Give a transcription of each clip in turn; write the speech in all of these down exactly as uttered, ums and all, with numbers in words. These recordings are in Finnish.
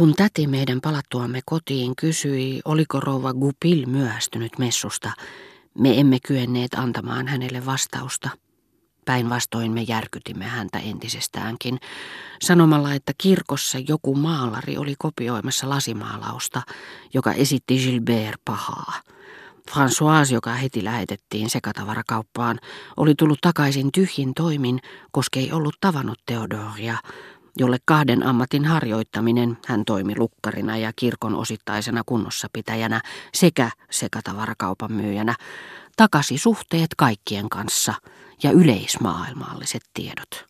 Kun täti meidän palattuamme kotiin kysyi, oliko rouva Goupil myöhästynyt messusta, me emme kyenneet antamaan hänelle vastausta. Päinvastoin me järkytimme häntä entisestäänkin, sanomalla, että kirkossa joku maalari oli kopioimassa lasimaalausta, joka esitti Gilbert pahaa. Françoise, joka heti lähetettiin sekatavarakauppaan, oli tullut takaisin tyhjin toimin, koska ei ollut tavannut Theodoria, jolle kahden ammatin harjoittaminen, hän toimi lukkarina ja kirkon osittaisena kunnossapitäjänä sekä sekatavarakaupan myyjänä, takasi suhteet kaikkien kanssa ja yleismaailmalliset tiedot.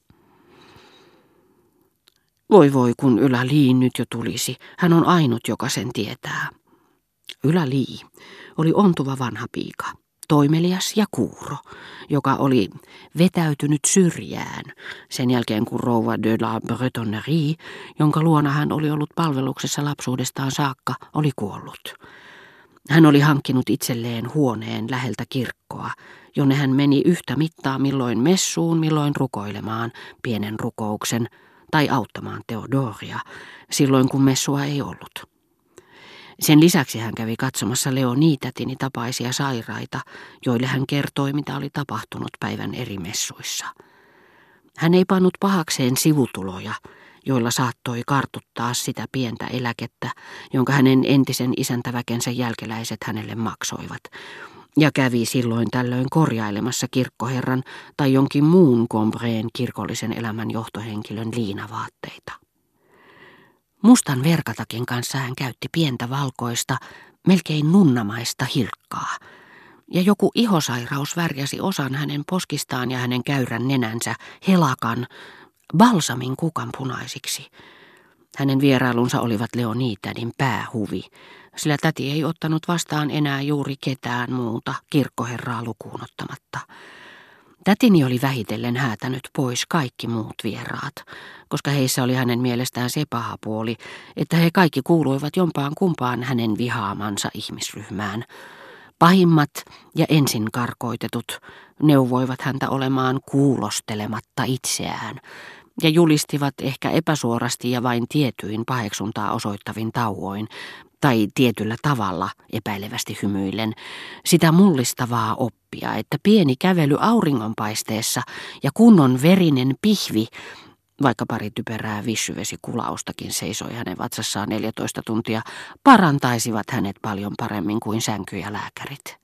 Voi voi, kun Eulalie nyt jo tulisi, hän on ainut, joka sen tietää. Eulalie oli ontuva vanha piika, toimelias ja kuuro, joka oli vetäytynyt syrjään sen jälkeen kun rouva de la Bretonnerie, jonka luona hän oli ollut palveluksessa lapsuudestaan saakka, oli kuollut. Hän oli hankkinut itselleen huoneen läheltä kirkkoa, jonne hän meni yhtä mittaa milloin messuun, milloin rukoilemaan pienen rukouksen tai auttamaan Theodoria, silloin kun messua ei ollut. Sen lisäksi hän kävi katsomassa Leonie-tätini tapaisia sairaita, joille hän kertoi, mitä oli tapahtunut päivän eri messuissa. Hän ei pannut pahakseen sivutuloja, joilla saattoi kartuttaa sitä pientä eläkettä, jonka hänen entisen isäntäväkensä jälkeläiset hänelle maksoivat, ja kävi silloin tällöin korjailemassa kirkkoherran tai jonkin muun Combreen kirkollisen elämän johtohenkilön liinavaatteita. Mustan verkatakin kanssa hän käytti pientä valkoista, melkein nunnamaista hilkkaa, ja joku ihosairaus värjäsi osan hänen poskistaan ja hänen käyrän nenänsä helakan, balsamin kukan punaisiksi. Hänen vierailunsa olivat Leonie-tädin päähuvi, sillä täti ei ottanut vastaan enää juuri ketään muuta kirkkoherraa lukuun ottamatta. Tätini oli vähitellen häätänyt pois kaikki muut vieraat, koska heissä oli hänen mielestään se paha puoli, että he kaikki kuuluivat jompaan kumpaan hänen vihaamansa ihmisryhmään. Pahimmat ja ensin karkoitetut neuvoivat häntä olemaan kuulostelematta itseään ja julistivat ehkä epäsuorasti ja vain tietyin paheksuntaa osoittavin tauoin tai tietyllä tavalla epäilevästi hymyillen sitä mullistavaa oppia, että pieni kävely auringonpaisteessa ja kunnon verinen pihvi, vaikka pari typerää vissyvesikulaustakin seisoi hänen vatsassaan neljätoista tuntia, parantaisivat hänet paljon paremmin kuin sänky ja lääkärit.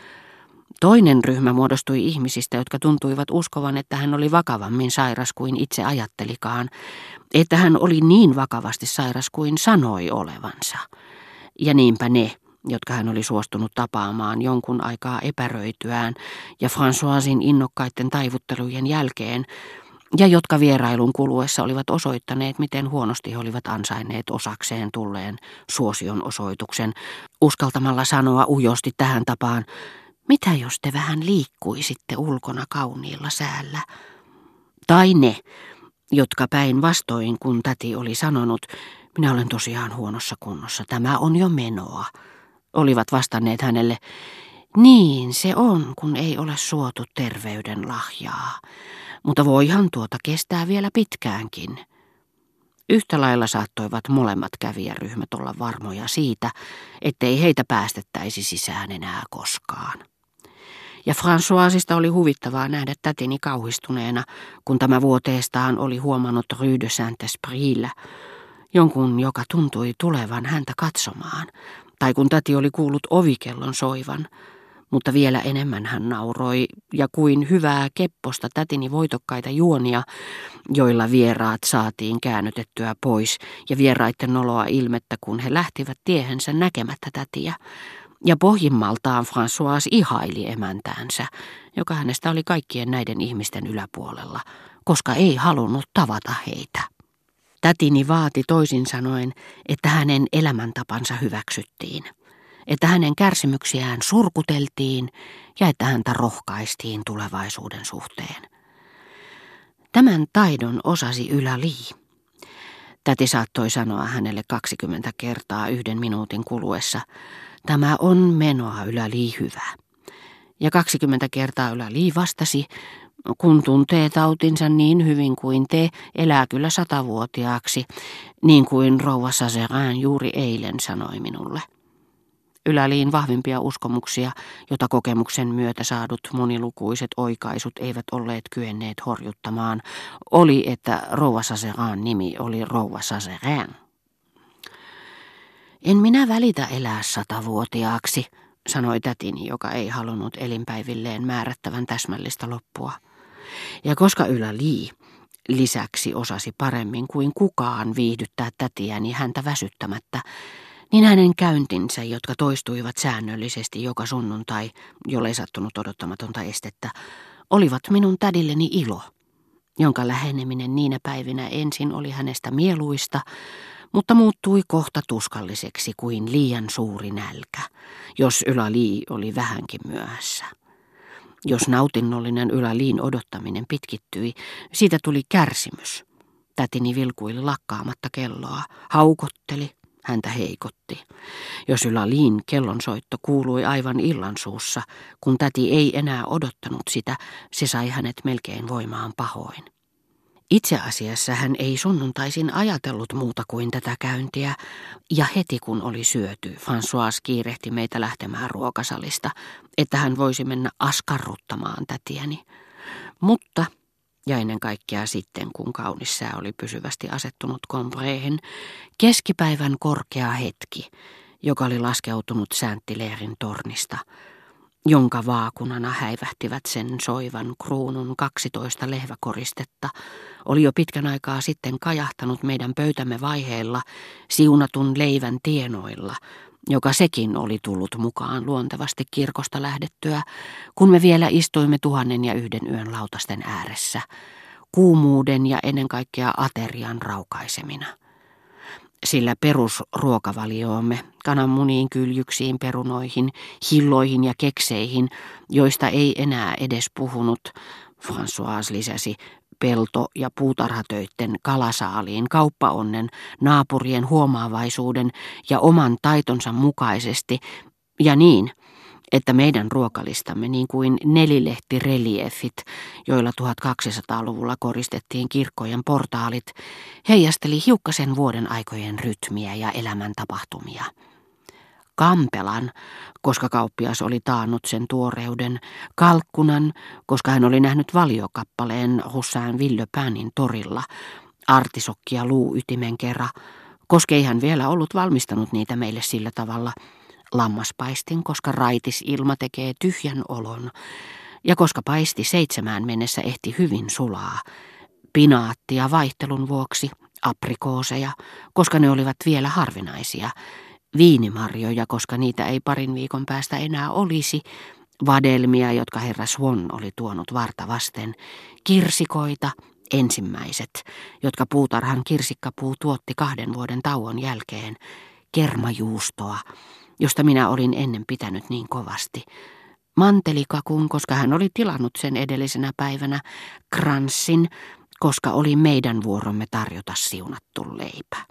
Toinen ryhmä muodostui ihmisistä, jotka tuntuivat uskovan, että hän oli vakavammin sairas kuin itse ajattelikaan, että hän oli niin vakavasti sairas kuin sanoi olevansa. Ja niinpä ne, jotka hän oli suostunut tapaamaan jonkun aikaa epäröityään ja Françoisin innokkaiden taivuttelujen jälkeen, ja jotka vierailun kuluessa olivat osoittaneet, miten huonosti he olivat ansainneet osakseen tulleen suosion osoituksen, uskaltamalla sanoa ujosti tähän tapaan, mitä jos te vähän liikkuisitte ulkona kauniilla säällä? Tai ne, jotka päinvastoin, kun täti oli sanonut, minä olen tosiaan huonossa kunnossa, tämä on jo menoa, olivat vastanneet hänelle, niin se on, kun ei ole suotu terveyden lahjaa, mutta voihan tuota kestää vielä pitkäänkin. Yhtä lailla saattoivat molemmat kävijäryhmät olla varmoja siitä, ettei heitä päästettäisi sisään enää koskaan. Ja Françoisista oli huvittavaa nähdä tätini kauhistuneena, kun tämä vuoteestaan oli huomannut Rue de Saint-Espritillä, jonkun, joka tuntui tulevan häntä katsomaan, tai kun täti oli kuullut ovikellon soivan, mutta vielä enemmän hän nauroi, ja kuin hyvää kepposta tätini voitokkaita juonia, joilla vieraat saatiin käännytettyä pois, ja vieraitten noloa ilmettä, kun he lähtivät tiehensä näkemättä tätiä. Ja pohjimmaltaan François ihaili emäntäänsä, joka hänestä oli kaikkien näiden ihmisten yläpuolella, koska ei halunnut tavata heitä. Tätini vaati toisin sanoen, että hänen elämäntapansa hyväksyttiin, että hänen kärsimyksiään surkuteltiin ja että häntä rohkaistiin tulevaisuuden suhteen. Tämän taidon osasi Eulalie. Täti saattoi sanoa hänelle kaksikymmentä kertaa yhden minuutin kuluessa, tämä on menoa Eulalie hyvä. Ja kaksikymmentä kertaa Eulalie vastasi, Kun tuntee tautinsa niin hyvin kuin te, elää kyllä satavuotiaaksi, niin kuin rouva Sazerin juuri eilen sanoi minulle. Yläliin vahvimpia uskomuksia, jota kokemuksen myötä saadut monilukuiset oikaisut eivät olleet kyenneet horjuttamaan, oli, että rouva Sazerin nimi oli rouva Sazerin. En minä välitä elää satavuotiaaksi, sanoi tätini, joka ei halunnut elinpäivilleen määrättävän täsmällistä loppua. Ja koska Ylä-Lee lisäksi osasi paremmin kuin kukaan viihdyttää tätiäni häntä väsyttämättä, niin hänen käyntinsä, jotka toistuivat säännöllisesti joka sunnuntai, jollei sattunut odottamatonta estettä, olivat minun tädilleni ilo, jonka läheneminen niinä päivinä ensin oli hänestä mieluista, mutta muuttui kohta tuskalliseksi kuin liian suuri nälkä, jos Ylä-Lee oli vähänkin myöhässä. Jos nautinnollinen Ylä-Leen odottaminen pitkittyi, siitä tuli kärsimys. Tätini vilkuili lakkaamatta kelloa, haukotteli, häntä heikotti. Jos Ylä-Leen kellonsoitto kuului aivan illansuussa, kun täti ei enää odottanut sitä, se sai hänet melkein voimaan pahoin. Itse asiassa hän ei sunnuntaisin ajatellut muuta kuin tätä käyntiä, ja heti kun oli syöty, François kiirehti meitä lähtemään ruokasalista, että hän voisi mennä askarruttamaan tätiäni. Mutta, ja ennen kaikkea sitten, kun kaunis sää oli pysyvästi asettunut Combreen, keskipäivän korkea hetki, joka oli laskeutunut Saint-Hilairen tornista, jonka vaakunana häivähtivät sen soivan kruunun kaksitoista lehväkoristetta, oli jo pitkän aikaa sitten kajahtanut meidän pöytämme vaiheella siunatun leivän tienoilla, joka sekin oli tullut mukaan luontevasti kirkosta lähdettyä, kun me vielä istuimme tuhannen ja yhden yön lautasten ääressä, kuumuuden ja ennen kaikkea aterian raukaisemina. Sillä perusruokavalioomme, kananmuniin, kyljyksiin, perunoihin, hilloihin ja kekseihin, joista ei enää edes puhunut, François lisäsi, pelto- ja puutarhatöitten kalasaaliin, kauppaonnen, naapurien huomaavaisuuden ja oman taitonsa mukaisesti, ja niin, että meidän ruokalistamme niin kuin nelilehtireliefit, joilla tuhatkaksisataaluvulla koristettiin kirkkojen portaalit, heijasteli hiukkasen vuoden aikojen rytmiä ja elämän tapahtumia. Kampelan, koska kauppias oli taannut sen tuoreuden, kalkkunan, koska hän oli nähnyt valiokappaleen Hussain Villepanin torilla, artisokkia luuytimen kerran, koska ei hän vielä ollut valmistanut niitä meille sillä tavalla, lammaspaistin, koska raitis ilma tekee tyhjän olon, ja koska paisti seitsemään mennessä ehti hyvin sulaa, pinaattia vaihtelun vuoksi, aprikooseja, koska ne olivat vielä harvinaisia, viinimarjoja, koska niitä ei parin viikon päästä enää olisi, vadelmia, jotka herra Swan oli tuonut varta vasten, kirsikoita, ensimmäiset, jotka puutarhan kirsikkapuu tuotti kahden vuoden tauon jälkeen, kermajuustoa, josta minä olin ennen pitänyt niin kovasti, mantelikakun, koska hän oli tilannut sen edellisenä päivänä, kranssin, koska oli meidän vuoromme tarjota siunattu leipä.